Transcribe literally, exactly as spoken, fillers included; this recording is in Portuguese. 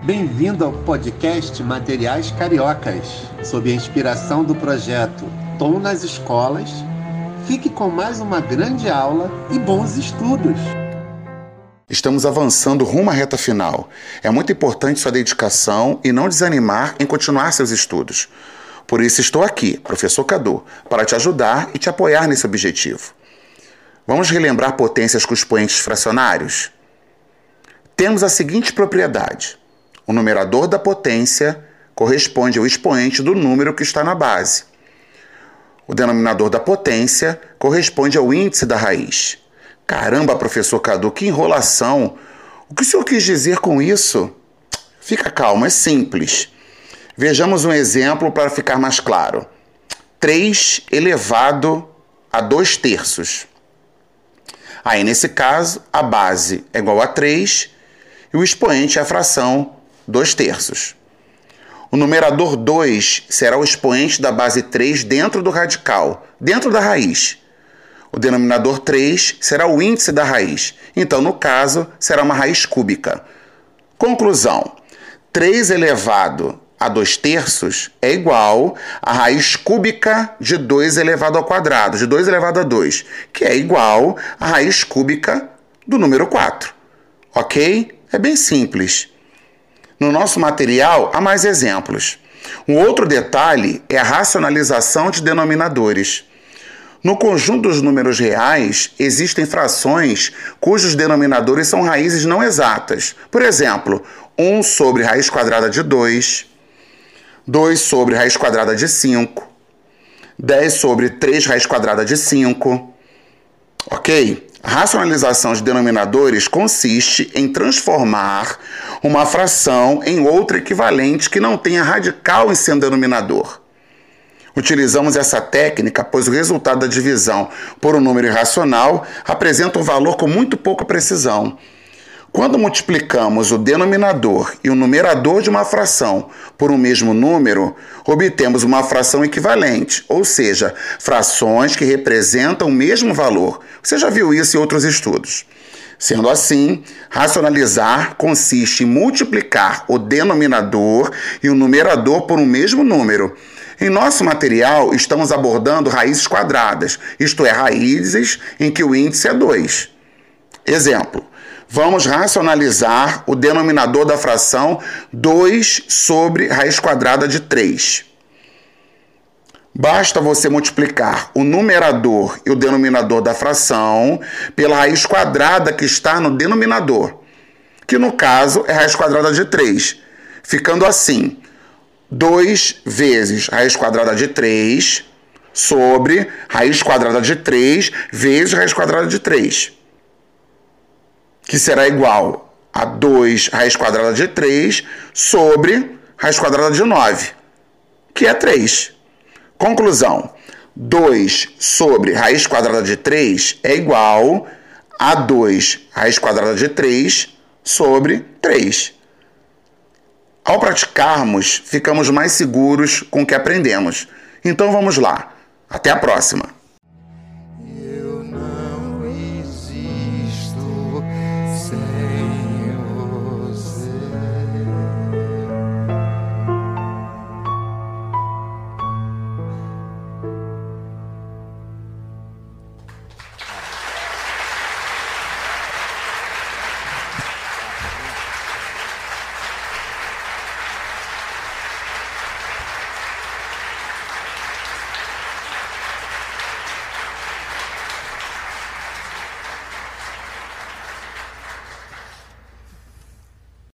Bem-vindo ao podcast Materiais Cariocas, sob a inspiração do projeto Tom nas Escolas. Fique com mais uma grande aula e bons estudos! Estamos avançando rumo à reta final. É muito importante sua dedicação e não desanimar em continuar seus estudos. Por isso estou aqui, professor Cadu, para te ajudar e te apoiar nesse objetivo. Vamos relembrar potências com expoentes fracionários? Temos a seguinte propriedade. O numerador da potência corresponde ao expoente do número que está na base. O denominador da potência corresponde ao índice da raiz. Caramba, professor Cadu, que enrolação! O que o senhor quis dizer com isso? Fica calmo, é simples. Vejamos um exemplo para ficar mais claro. três elevado a dois terços. Aí, nesse caso, a base é igual a três e o expoente é a fração dois terços. O numerador dois será o expoente da base três dentro do radical, dentro da raiz. O denominador três será o índice da raiz. Então, no caso, será uma raiz cúbica. Conclusão. três elevado a dois terços é igual à raiz cúbica de dois elevado ao quadrado, de dois elevado a dois, que é igual à raiz cúbica do número quatro. Ok? É bem simples. No nosso material, há mais exemplos. Um outro detalhe é a racionalização de denominadores. No conjunto dos números reais, existem frações cujos denominadores são raízes não exatas. Por exemplo, um sobre raiz quadrada de dois, dois sobre raiz quadrada de cinco, dez sobre três raiz quadrada de cinco. Ok? A racionalização de denominadores consiste em transformar uma fração em outra equivalente que não tenha radical em seu denominador. Utilizamos essa técnica pois o resultado da divisão por um número irracional apresenta um valor com muito pouca precisão. Quando multiplicamos o denominador e o numerador de uma fração por um mesmo número, obtemos uma fração equivalente, ou seja, frações que representam o mesmo valor. Você já viu isso em outros estudos. Sendo assim, racionalizar consiste em multiplicar o denominador e o numerador por um mesmo número. Em nosso material, estamos abordando raízes quadradas, isto é, raízes em que o índice é dois. Exemplo. Vamos racionalizar o denominador da fração dois sobre raiz quadrada de três. Basta você multiplicar o numerador e o denominador da fração pela raiz quadrada que está no denominador, que no caso é raiz quadrada de três, ficando assim, dois vezes raiz quadrada de três sobre raiz quadrada de três vezes raiz quadrada de três. Que será igual a dois raiz quadrada de três sobre raiz quadrada de nove, que é três. Conclusão, dois sobre raiz quadrada de três é igual a dois raiz quadrada de três sobre três. Ao praticarmos, ficamos mais seguros com o que aprendemos. Então vamos lá. Até a próxima!